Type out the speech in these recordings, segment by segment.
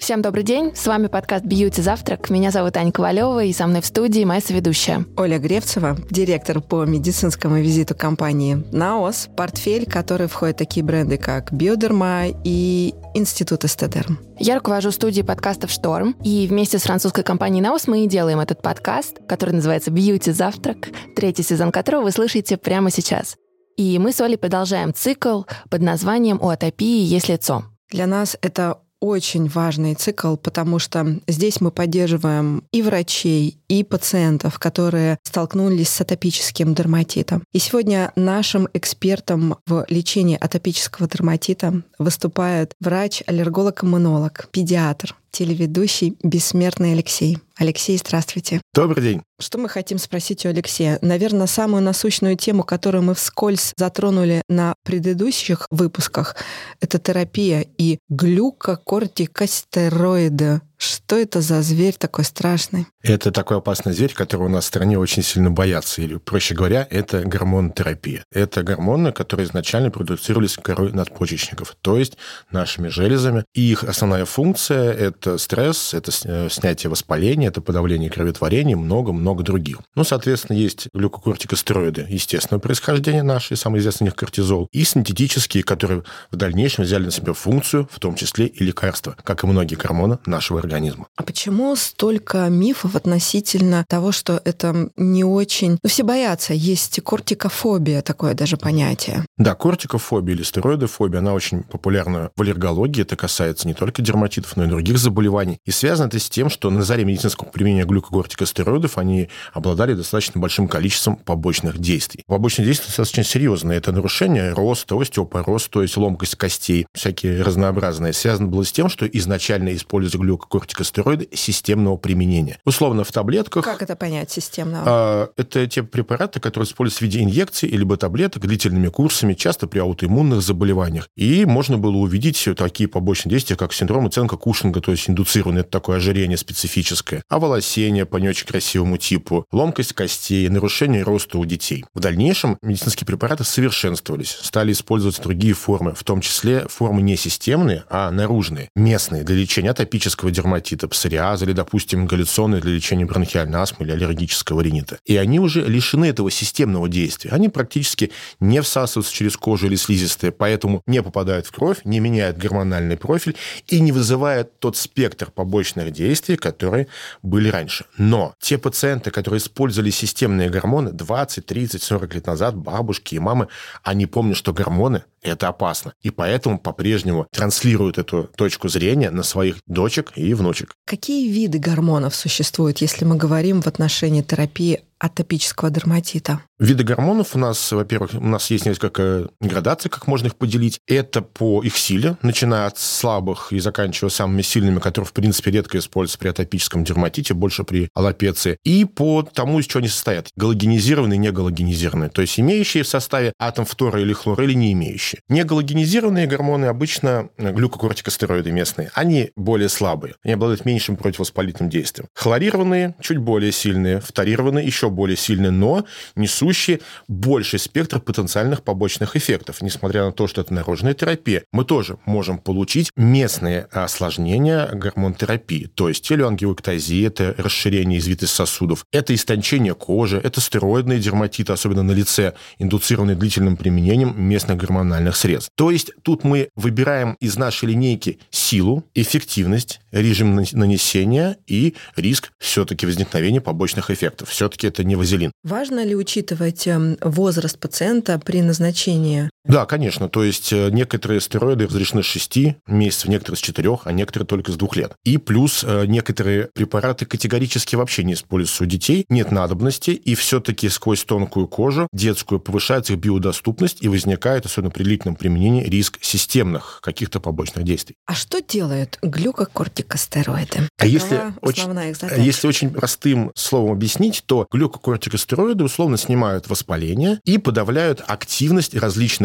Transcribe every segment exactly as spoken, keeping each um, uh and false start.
Всем добрый день, с вами подкаст «Бьюти Завтрак». Меня зовут Аня Ковалева, и со мной в студии моя соведущая Оля Гревцева, директор по медицинскому визиту компании «Наос», портфель, в который входят такие бренды, как «Биодерма» и Институт Эстедерм. Я руковожу студией подкастов «Шторм», и вместе с французской компанией «Наос» мы и делаем этот подкаст, который называется «Бьюти Завтрак», третий сезон которого вы слышите прямо сейчас. И мы с Олей продолжаем цикл под названием «У атопии есть лицо». Для нас это очень важный цикл, потому что здесь мы поддерживаем и врачей, и пациентов, которые столкнулись с атопическим дерматитом. И сегодня нашим экспертом в лечении атопического дерматита выступает врач-аллерголог-иммунолог, педиатр, телеведущий бессмертный Алексей. Алексей, здравствуйте. Добрый день. Что мы хотим спросить у Алексея? Наверное, самую насущную тему, которую мы вскользь затронули на предыдущих выпусках, это терапия и глюкокортикостероиды. Что это за зверь такой страшный? Это такой опасный зверь, которого у нас в стране очень сильно боятся. Или, проще говоря, это гормонотерапия. Это гормоны, которые изначально продуцировались корой надпочечников, то есть нашими железами. И их основная функция – это стресс, это снятие воспаления, это подавление кроветворения, много-много других. Ну, соответственно, есть глюкокортикостероиды естественного происхождения наши, самый известный из них кортизол, и синтетические, которые в дальнейшем взяли на себя функцию, в том числе и лекарства, как и многие гормоны нашего организма. А почему столько мифов относительно того, что это не очень... Ну, все боятся. Есть кортикофобия, такое даже понятие. Да, кортикофобия или стероидофобия, она очень популярна в аллергологии. Это касается не только дерматитов, но и других заболеваний. И связано это с тем, что на заре медицинского применения глюкокортикостероидов они обладали достаточно большим количеством побочных действий. Побочные действия достаточно серьезные. Это нарушение роста, остеопороз, то есть ломкость костей, всякие разнообразные. Связано было с тем, что изначально использовали глюкокортикостероиды системного применения. Условно, в таблетках... Как это понять, системного? А, это те препараты, которые используются в виде инъекций либо таблеток длительными курсами, часто при аутоиммунных заболеваниях. И можно было увидеть такие побочные действия, как синдром Ценка-Кушинга, то есть индуцированное, это такое ожирение специфическое, оволосение по не очень красивому типу, ломкость костей, нарушение роста у детей. В дальнейшем медицинские препараты совершенствовались, стали использовать другие формы, в том числе формы не системные, а наружные, местные, для лечения атопического дерматита, псориаза или, допустим, ингаляционные для лечения бронхиальной астмы или аллергического ринита. И они уже лишены этого системного действия. Они практически не всасываются через кожу или слизистые, поэтому не попадают в кровь, не меняют гормональный профиль и не вызывают тот спектр побочных действий, которые были раньше. Но те пациенты, которые использовали системные гормоны двадцать, тридцать, сорок лет назад, бабушки и мамы, они помнят, что гормоны – это опасно. И поэтому по-прежнему транслируют эту точку зрения на своих дочек и внучек. Какие виды гормонов существуют, если мы говорим в отношении терапии атопического дерматита? Виды гормонов у нас, во-первых, у нас есть несколько градаций, как можно их поделить. Это по их силе, начиная от слабых и заканчивая самыми сильными, которые, в принципе, редко используются при атопическом дерматите, больше при аллопеции. И по тому, из чего они состоят. Галогенизированные и негалогенизированные. То есть имеющие в составе атом фтора или хлора, или не имеющие. Негалогенизированные гормоны обычно глюкокортикостероиды местные. Они более слабые. Они обладают меньшим противовоспалительным действием. Хлорированные чуть более сильные. Фторированные еще более сильные, но несущие больший спектр потенциальных побочных эффектов. Несмотря на то, что это наружная терапия, мы тоже можем получить местные осложнения гормонотерапии. То есть телеангиоэктазия, это расширение извитых сосудов, это истончение кожи, это стероидные дерматиты, особенно на лице, индуцированные длительным применением местных гормональных средств. То есть тут мы выбираем из нашей линейки силу, эффективность, режим нанесения и риск все-таки возникновения побочных эффектов. Все-таки это не вазелин. Важно ли учитывать возраст пациента при назначении? Да, конечно. То есть некоторые стероиды разрешены с шести месяцев, некоторые с четырёх, а некоторые только с двух лет. И плюс некоторые препараты категорически вообще не используются у детей, нет надобности, и все-таки сквозь тонкую кожу детскую повышается их биодоступность, и возникает, особенно при длительном применении, риск системных каких-то побочных действий. А что делают глюкокортикостероиды? А если основная их задача? Если очень простым словом объяснить, то глюкокортикостероиды условно снимают воспаление и подавляют активность различных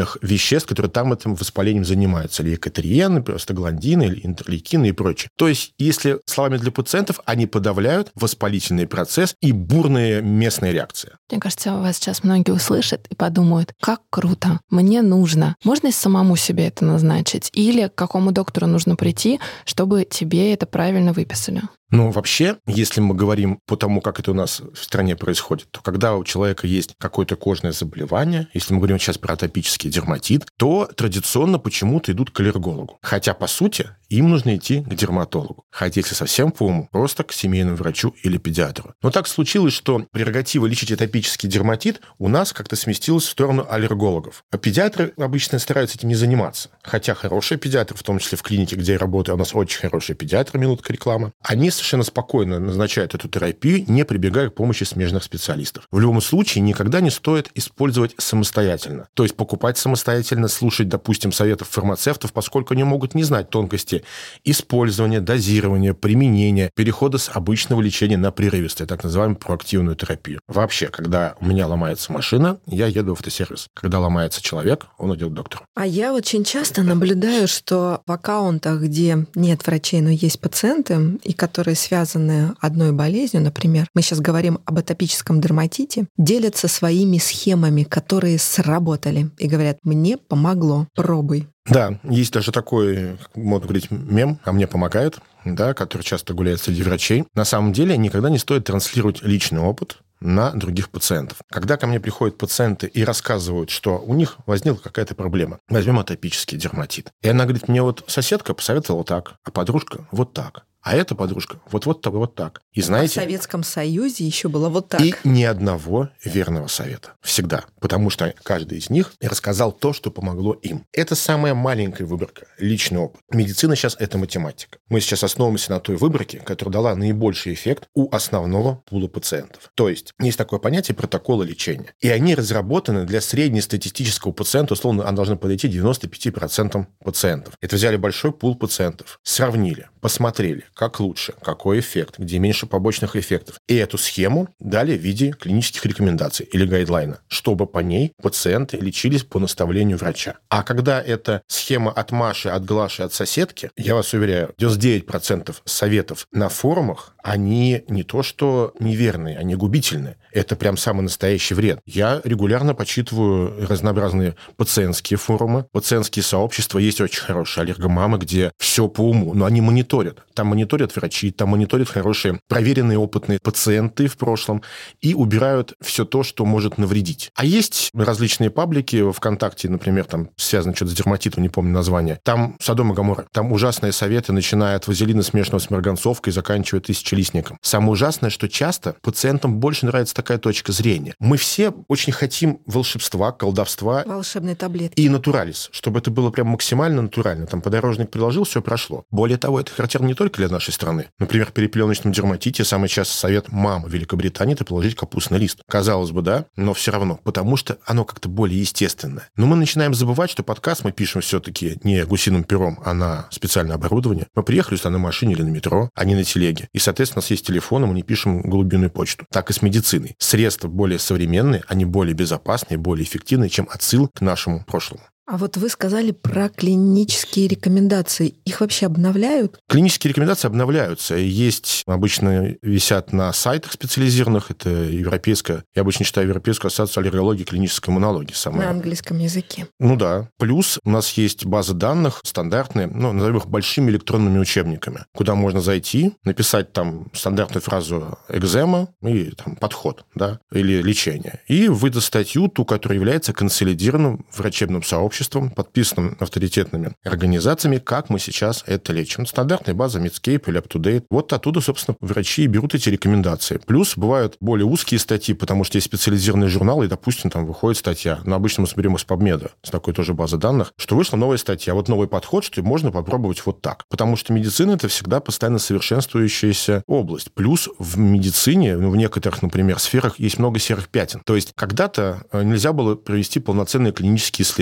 различных веществ, которые там этим воспалением занимаются. Или экотриены, простагландины, или интерлейкины и прочее. То есть, если словами для пациентов, они подавляют воспалительный процесс и бурные местные реакции. Мне кажется, вас сейчас многие услышат и подумают, как круто, мне нужно. Можно самому себе это назначить? Или к какому доктору нужно прийти, чтобы тебе это правильно выписали? Ну, вообще, если мы говорим по тому, как это у нас в стране происходит, то когда у человека есть какое-то кожное заболевание, если мы говорим сейчас про атопический дерматит, то традиционно почему-то идут к аллергологу. Хотя, по сути, им нужно идти к дерматологу. Хотя, если совсем по уму, просто к семейному врачу или педиатру. Но так случилось, что прерогатива лечить атопический дерматит у нас как-то сместилась в сторону аллергологов. А педиатры обычно стараются этим не заниматься. Хотя хорошие педиатры, в том числе в клинике, где я работаю, у нас очень хорошие педиатры, минутка рекламы, они совершенно спокойно назначают эту терапию, не прибегая к помощи смежных специалистов. В любом случае, никогда не стоит использовать самостоятельно. То есть покупать самостоятельно, слушать, допустим, советов фармацевтов, поскольку они могут не знать тонкости использования, дозирования, применения, перехода с обычного лечения на прерывистое, так называемую проактивную терапию. Вообще, когда у меня ломается машина, я еду в автосервис. Когда ломается человек, он идет к доктору. А я очень часто наблюдаю, что в аккаунтах, где нет врачей, но есть пациенты, и которые связаны одной болезнью, например, мы сейчас говорим об атопическом дерматите, делятся своими схемами, которые сработали, и говорят, мне помогло, пробуй. Да, есть даже такой, можно говорить, мем «а мне помогает», да, который часто гуляет среди врачей. На самом деле никогда не стоит транслировать личный опыт на других пациентов. Когда ко мне приходят пациенты и рассказывают, что у них возникла какая-то проблема, возьмем атопический дерматит, и она говорит, мне вот соседка посоветовала так, а подружка вот так. А эта подружка вот-вот так, вот так. И знаете... А в Советском Союзе еще было вот так. И ни одного верного совета. Всегда. Потому что каждый из них рассказал то, что помогло им. Это самая маленькая выборка, личный опыт. Медицина сейчас – это математика. Мы сейчас основываемся на той выборке, которая дала наибольший эффект у основного пула пациентов. То есть, есть такое понятие протокола лечения. И они разработаны для среднестатистического пациента, условно, они должны подойти девяносто пять процентов пациентов. Это взяли большой пул пациентов, сравнили, посмотрели, как лучше, какой эффект, где меньше побочных эффектов. И эту схему дали в виде клинических рекомендаций или гайдлайна, чтобы по ней пациенты лечились по наставлению врача. А когда эта схема от Маши, от Глаши, от соседки, я вас уверяю, девяносто девять процентов советов на форумах, они не то что неверные, они губительные. Это прям самый настоящий вред. Я регулярно почитываю разнообразные пациентские форумы, пациентские сообщества. Есть очень хорошие аллергомамы, где все по уму, но они мониторят. Там мониторят врачи, там мониторят хорошие, проверенные, опытные пациенты в прошлом и убирают все то, что может навредить. А есть различные паблики ВКонтакте, например, там связано что-то с дерматитом, не помню название. Там Содом и Гоморра. Там ужасные советы, начиная от вазелина, смешанного с марганцовкой, заканчивая тысячелистником. Самое ужасное, что часто пациентам больше нравится такая точка зрения. Мы все очень хотим волшебства, колдовства. Волшебной таблетки. И натуралис, чтобы это было прям максимально натурально. Там подорожник приложил, все прошло. Более того, это характерно не только для нашей страны. Например, при пеленочном дерматите самый частый совет мамы Великобритании – это положить капустный лист. Казалось бы, да, но все равно, потому что оно как-то более естественное. Но мы начинаем забывать, что подкаст мы пишем все-таки не гусиным пером, а на специальное оборудование. Мы приехали сюда на машине или на метро, а не на телеге. И, соответственно, у нас есть телефон, и мы не пишем голубиную почту. Так и с медициной. Средства более современные, они более безопасные, более эффективные, чем отсыл к нашему прошлому. А вот вы сказали про клинические рекомендации. Их вообще обновляют? Клинические рекомендации обновляются. Есть, обычно висят на сайтах специализированных. Это европейская, я обычно читаю Европейскую ассоциацию аллергологии и клинической иммунологии. Самая. На английском языке. Ну да. Плюс у нас есть база данных стандартные, ну, назовем их большими электронными учебниками, куда можно зайти, написать там стандартную фразу экзема и там подход, да, или лечение. И выдать статью, ту, которая является консолидированным врачебным сообществом, подписанным авторитетными организациями, как мы сейчас это лечим. Стандартная база Medscape или UpToDate. Вот оттуда, собственно, врачи берут эти рекомендации. Плюс бывают более узкие статьи, потому что есть специализированные журналы, и, допустим, там выходит статья. Но обычно мы соберем из PubMed, с такой тоже базы данных, что вышла новая статья. Вот новый подход, что можно попробовать вот так. Потому что медицина – это всегда постоянно совершенствующаяся область. Плюс в медицине, ну, в некоторых, например, сферах есть много серых пятен. То есть когда-то нельзя было провести полноценные клинические исследования,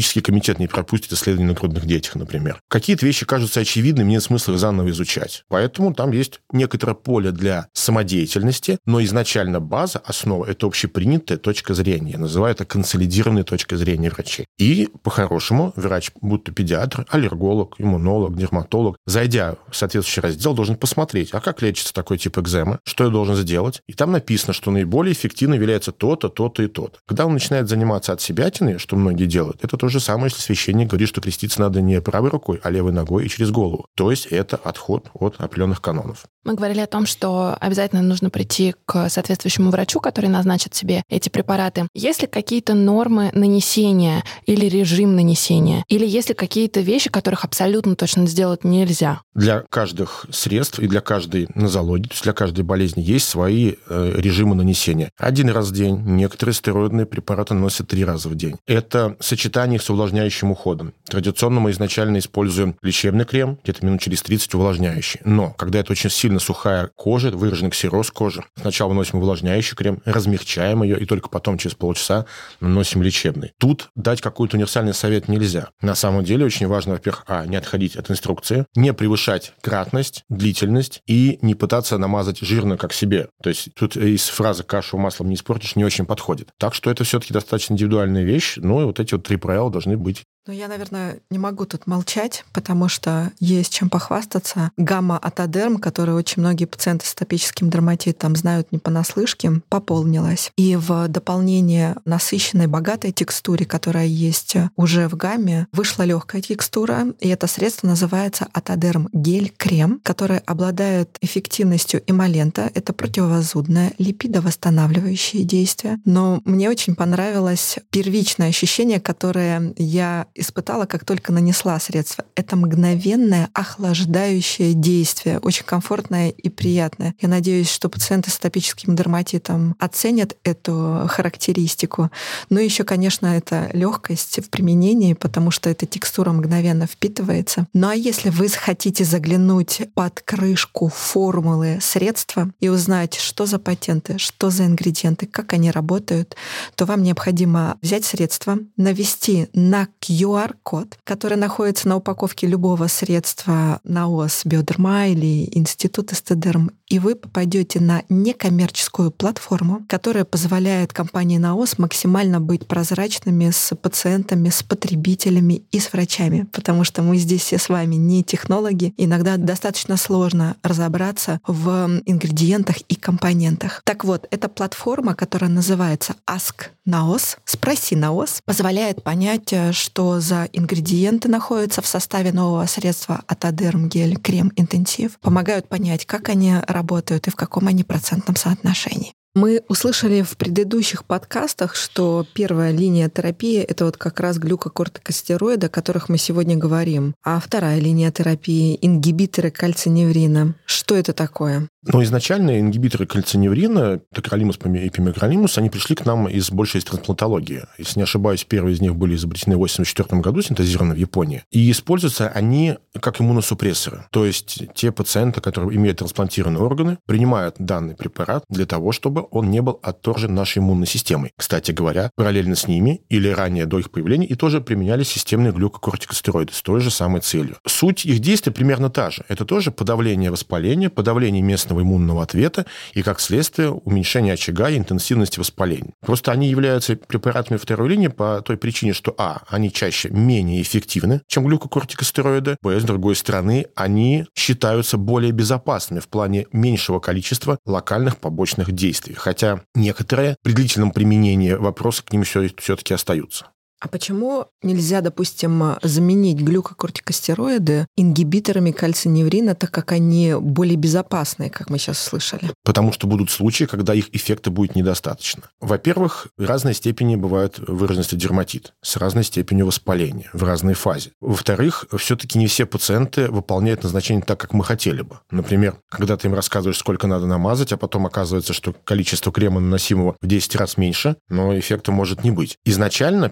этический комитет не пропустит исследования на грудных детях, например. Какие-то вещи кажутся очевидными, нет смысла их заново изучать. Поэтому там есть некоторое поле для самодеятельности, но изначально база, основа – это общепринятая точка зрения. Я называю это консолидированной точкой зрения врачей. И, по-хорошему, врач, будь то педиатр, аллерголог, иммунолог, дерматолог, зайдя в соответствующий раздел, должен посмотреть, а как лечится такой тип экземы, что я должен сделать. И там написано, что наиболее эффективно является то-то, то-то и то-то. Когда он начинает заниматься от себятины, что многие делают, это то же самое, если священник говорит, что креститься надо не правой рукой, а левой ногой и через голову. То есть это отход от определенных канонов. Мы говорили о том, что обязательно нужно прийти к соответствующему врачу, который назначит себе эти препараты. Есть ли какие-то нормы нанесения или режим нанесения? Или есть ли какие-то вещи, которых абсолютно точно сделать нельзя? Для каждых средств и для каждой нозологии, то есть для каждой болезни есть свои э, режимы нанесения. Один раз в день. Некоторые стероидные препараты наносят три раза в день. Это сочетание их с увлажняющим уходом. Традиционно мы изначально используем лечебный крем, где-то минут через тридцать увлажняющий. Но когда это очень сильно сухая кожа, выраженный ксероз кожи, сначала наносим увлажняющий крем, размягчаем ее, и только потом через полчаса наносим лечебный. Тут дать какой-то универсальный совет нельзя. На самом деле очень важно, во-первых, а, не отходить от инструкции, не превышать кратность, длительность и не пытаться намазать жирно как себе. То есть тут из фразы «кашу маслом не испортишь» не очень подходит. Так что это все-таки достаточно индивидуальная вещь, но и вот эти вот три правила должны быть. Но я, наверное, не могу тут молчать, потому что есть чем похвастаться. Гамма Атодерм, которую очень многие пациенты с атопическим дерматитом знают не понаслышке, пополнилась. И в дополнение насыщенной, богатой текстуре, которая есть уже в гамме, вышла легкая текстура, и это средство называется Атодерм гель-крем, который обладает эффективностью эмолента. Это противовозудное, липидовосстанавливающее действие. Но мне очень понравилось первичное ощущение, которое я испытала, как только нанесла средство. Это мгновенное охлаждающее действие, очень комфортное и приятное. Я надеюсь, что пациенты с атопическим дерматитом оценят эту характеристику. Ну и еще, конечно, это легкость в применении, потому что эта текстура мгновенно впитывается. Ну а если вы хотите заглянуть под крышку формулы средства и узнать, что за патенты, что за ингредиенты, как они работают, то вам необходимо взять средство, навести на ку ар код, который находится на упаковке любого средства НАОС Биодерма или Институт Эстедерм, и вы попадете на некоммерческую платформу, которая позволяет компании НАОС максимально быть прозрачными с пациентами, с потребителями и с врачами, потому что мы здесь все с вами не технологи, иногда достаточно сложно разобраться в ингредиентах и компонентах. Так вот, эта платформа, которая называется Ask НАОС, спроси НАОС, позволяет понять, что за ингредиенты находятся в составе нового средства Атодерм гель крем интенсив, помогают понять, как они работают и в каком они процентном соотношении. Мы услышали в предыдущих подкастах, что первая линия терапии — это вот как раз глюкокортикостероиды, о которых мы сегодня говорим. А вторая линия терапии — ингибиторы кальциневрина. Что это такое? Но изначально ингибиторы кальциневрина, токролимус и пимегролимус, они пришли к нам из большей из трансплантологии. Если не ошибаюсь, первые из них были изобретены в восемьдесят четвёртом году, синтезированы в Японии. И используются они как иммуносупрессоры. То есть те пациенты, которые имеют трансплантированные органы, принимают данный препарат для того, чтобы он не был отторжен нашей иммунной системой. Кстати говоря, параллельно с ними или ранее до их появления и тоже применялись системные глюкокортикостероиды с той же самой целью. Суть их действия примерно та же. Это тоже подавление воспаления, подавление местного иммунного ответа и, как следствие, уменьшение очага и интенсивности воспаления. Просто они являются препаратами второй линии по той причине, что а. они чаще менее эффективны, чем глюкокортикостероиды, б. с другой стороны, они считаются более безопасными в плане меньшего количества локальных побочных действий. Хотя некоторые при длительном применении вопросы к ним все-таки остаются. А почему нельзя, допустим, заменить глюкокортикостероиды ингибиторами кальциневрина, так как они более безопасные, как мы сейчас слышали? Потому что будут случаи, когда их эффекта будет недостаточно. Во-первых, в разной степени бывает выраженности дерматит, с разной степенью воспаления, в разной фазе. Во-вторых, все-таки не все пациенты выполняют назначение так, как мы хотели бы. Например, когда ты им рассказываешь, сколько надо намазать, а потом оказывается, что количество крема наносимого в десять раз меньше, но эффекта может не быть. Изначально первый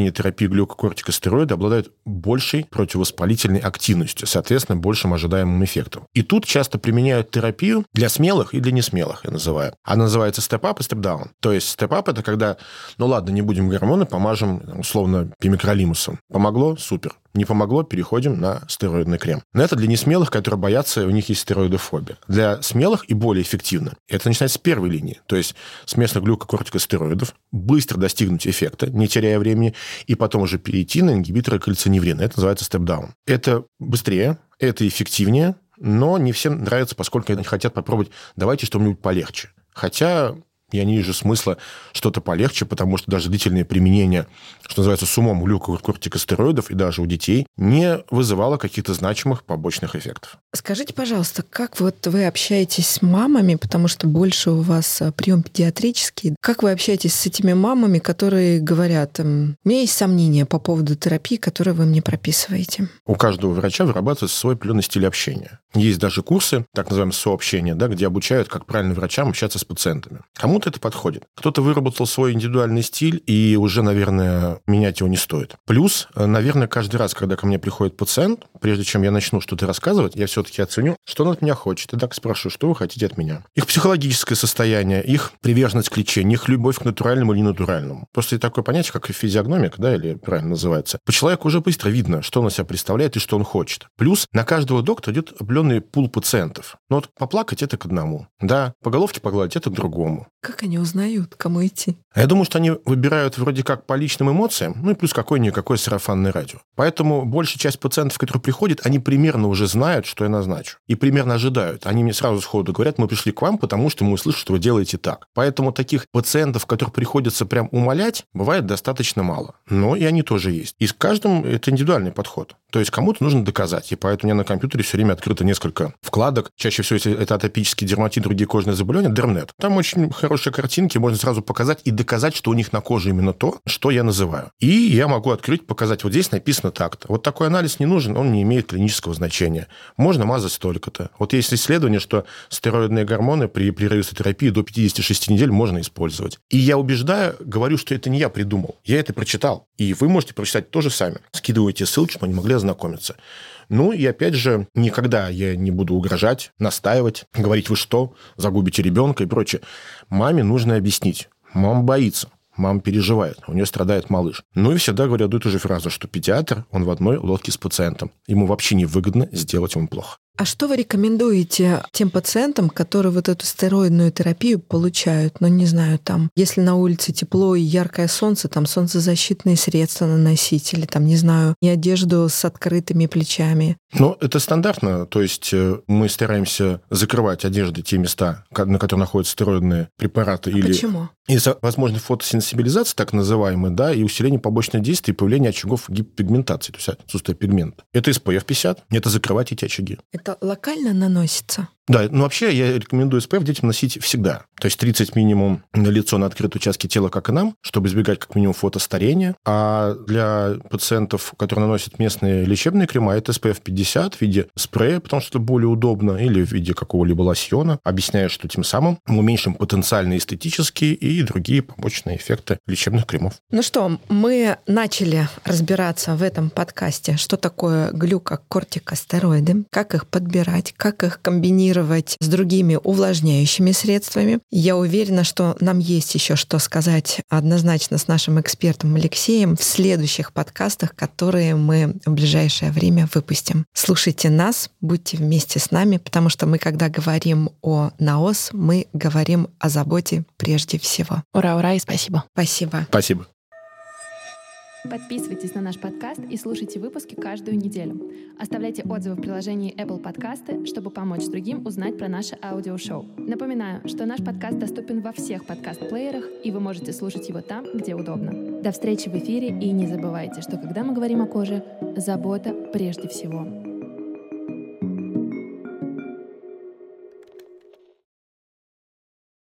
проведения терапии глюкокортикостероиды обладают большей противовоспалительной активностью, соответственно, большим ожидаемым эффектом. И тут часто применяют терапию для смелых и для несмелых, я называю. Она называется степ-ап и степ-даун. То есть степ-ап – это когда, ну ладно, не будем гормоны, помажем, условно, пимекролимусом. Помогло? Супер. Не помогло, переходим на стероидный крем. Но это для несмелых, которые боятся, у них есть стероидофобия. Для смелых и более эффективно это начинается с первой линии, то есть с местных глюкокортикостероидов, быстро достигнуть эффекта, не теряя времени, и потом уже перейти на ингибиторы кальциневрина. Это называется степ-даун. Это быстрее, это эффективнее, но не всем нравится, поскольку они хотят попробовать, давайте что-нибудь полегче. Хотя я не вижу смысла что-то полегче, потому что даже длительное применение, что называется, с умом глюкокортикостероидов и даже у детей не вызывало каких-то значимых побочных эффектов. Скажите, пожалуйста, как вот вы общаетесь с мамами, потому что больше у вас прием педиатрический, как вы общаетесь с этими мамами, которые говорят, у меня есть сомнения по поводу терапии, которую вы мне прописываете? У каждого врача вырабатывается свой определенный стиль общения. Есть даже курсы, так называемые сообщения, да, где обучают, как правильно врачам общаться с пациентами. Кому-то это подходит. Кто-то выработал свой индивидуальный стиль, и уже, наверное, менять его не стоит. Плюс, наверное, каждый раз, когда ко мне приходит пациент, прежде чем я начну что-то рассказывать, я все-таки оценю, что он от меня хочет. И так спрошу, что вы хотите от меня. Их психологическое состояние, их приверженность к лечению, их любовь к натуральному или ненатуральному. Просто такое понятие, как физиогномика, да, или правильно называется. По человеку уже быстро видно, что он из себя представляет и что он хочет. Плюс на каждого доктора идет определенный пул пациентов. Но вот поплакать – это к одному. Да, по головке погладить – это к другому. Как они узнают, кому идти? Я думаю, что они выбирают вроде как по личным эмоциям, ну и плюс какое-никакое сарафанное радио. Поэтому большая часть пациентов, которые приходят, они примерно уже знают, что я назначу. И примерно ожидают. Они мне сразу сходу говорят, мы пришли к вам, потому что мы услышали, что вы делаете так. Поэтому таких пациентов, которых приходится прям умолять, бывает достаточно мало. Но и они тоже есть. И с каждым это индивидуальный подход. То есть кому-то нужно доказать. И поэтому у меня на компьютере все время открыто несколько вкладок. Чаще всего, если это атопический дерматит, другие кожные заболевания, Dermnet. Там очень хорошие картинки, можно сразу показать и доказать, что у них на коже именно то, что я называю. И я могу открыть, показать, вот здесь написано так-то. Вот такой анализ не нужен, он не имеет клинического значения. Можно мазать столько-то. Вот есть исследование, что стероидные гормоны при прерывистотерапии до пятидесяти шести недель можно использовать. И я убеждаю, говорю, что это не я придумал. Я это прочитал. И вы можете прочитать тоже сами. Скидывайте ссылки, чтобы они могли ознакомиться. Ну и опять же, никогда я не буду угрожать, настаивать, говорить, вы что, загубите ребенка и прочее. Маме нужно объяснить. Мама боится. Мама переживает, у нее страдает малыш. Ну и всегда говорю одну и ту же фразу, что педиатр, он в одной лодке с пациентом. Ему вообще невыгодно сделать ему плохо. А что вы рекомендуете тем пациентам, которые вот эту стероидную терапию получают? Ну, не знаю, там, если на улице тепло и яркое солнце, там солнцезащитные средства наносить, или там, не знаю, не одежду с открытыми плечами. Ну, это стандартно. То есть мы стараемся закрывать одеждой те места, на которых находятся стероидные препараты. А или... Почему? Из-за возможной фотосенсибилизации, так называемой, да, и усиления побочных действий и появления очагов гипопигментации, то есть отсутствие пигмента. Это эс пэ эф пятьдесят, это закрывать эти очаги. Это локально наносится? Да, ну вообще я рекомендую эс пэ эф детям носить всегда. То есть тридцать минимум на лицо, на открытые участки тела, как и нам, чтобы избегать как минимум фотостарения. А для пациентов, которые наносят местные лечебные крема, это эс пэ эф пятьдесят в виде спрея, потому что это более удобно, или в виде какого-либо лосьона, объясняя, что тем самым мы уменьшим потенциально эстетические и другие побочные эффекты лечебных кремов. Ну что, мы начали разбираться в этом подкасте, что такое глюкокортикостероиды, как их подбирать, как их комбинировать с другими увлажняющими средствами. Я уверена, что нам есть еще что сказать однозначно с нашим экспертом Алексеем в следующих подкастах, которые мы в ближайшее время выпустим. Слушайте нас, будьте вместе с нами, потому что мы, когда говорим о НАОС, мы говорим о заботе прежде всего. Ура, ура и спасибо. Спасибо. Спасибо. Подписывайтесь на наш подкаст и слушайте выпуски каждую неделю. Оставляйте отзывы в приложении Apple Подкасты, чтобы помочь другим узнать про наше аудиошоу. Напоминаю, что наш подкаст доступен во всех подкаст-плеерах, и вы можете слушать его там, где удобно. До встречи в эфире, и не забывайте, что когда мы говорим о коже, забота прежде всего.